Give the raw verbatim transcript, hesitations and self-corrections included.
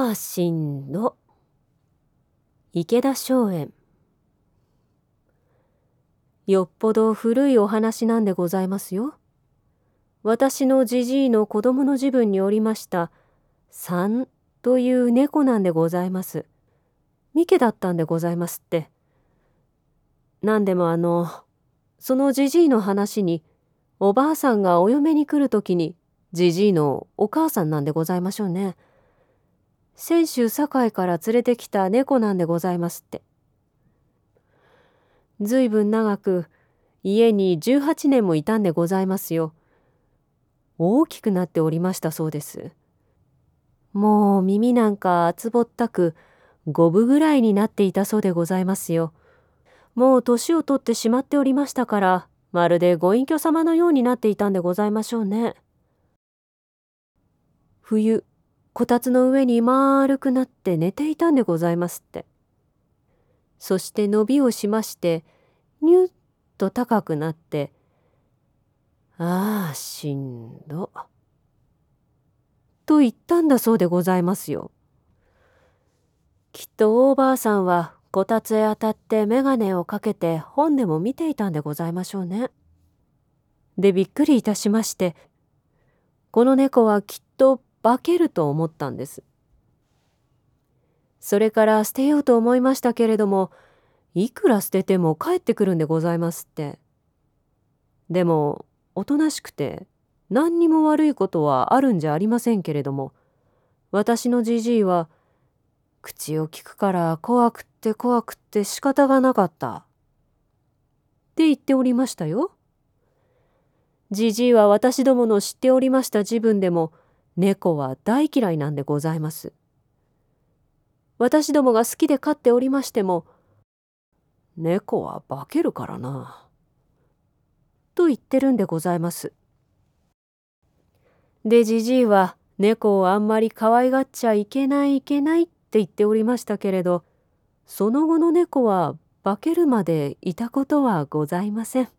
ああ、しんど。池田松園。よっぽど古いお話なんでございますよ。私のじじいの子供の時分におりました三という猫なんでございます。三毛だったんでございますって。なんでもあのそのじじいの話におばあさんがお嫁に来るときにじじいのお母さんなんでございましょうね。泉州堺から連れてきた猫なんでございますって。ずいぶん長く家にじゅうはちねんもいたんでございますよ。大きくなっておりましたそうです。もう耳なんかつぼったく五分ぐらいになっていたそうでございますよ。もう年を取ってしまっておりましたからまるでご隠居様のようになっていたんでございましょうね。冬こたつの上に丸くなって寝ていたんでございますって。そして伸びをしましてニュッと高くなって「ああしんど」と言ったんだそうでございますよ。きっと大ばあさんはこたつへ当たって眼鏡をかけて本でも見ていたんでございましょうね。でびっくりいたしましてこの猫はきっと化けると思ったんです。それから捨てようと思いましたけれどもいくら捨てても帰ってくるんでございますって。でもおとなしくて何にも悪いことはあるんじゃありませんけれども私のじじいは口を聞くから怖くって怖くって仕方がなかったって言っておりましたよ。じじいは私どもの知っておりました自分でも猫は大嫌いなんでございます。私どもが好きで飼っておりましても猫は化けるからなと言ってるんでございます。でじじいは猫をあんまり可愛がっちゃいけないいけないって言っておりましたけれどその後の猫は化けるまでいたことはございません。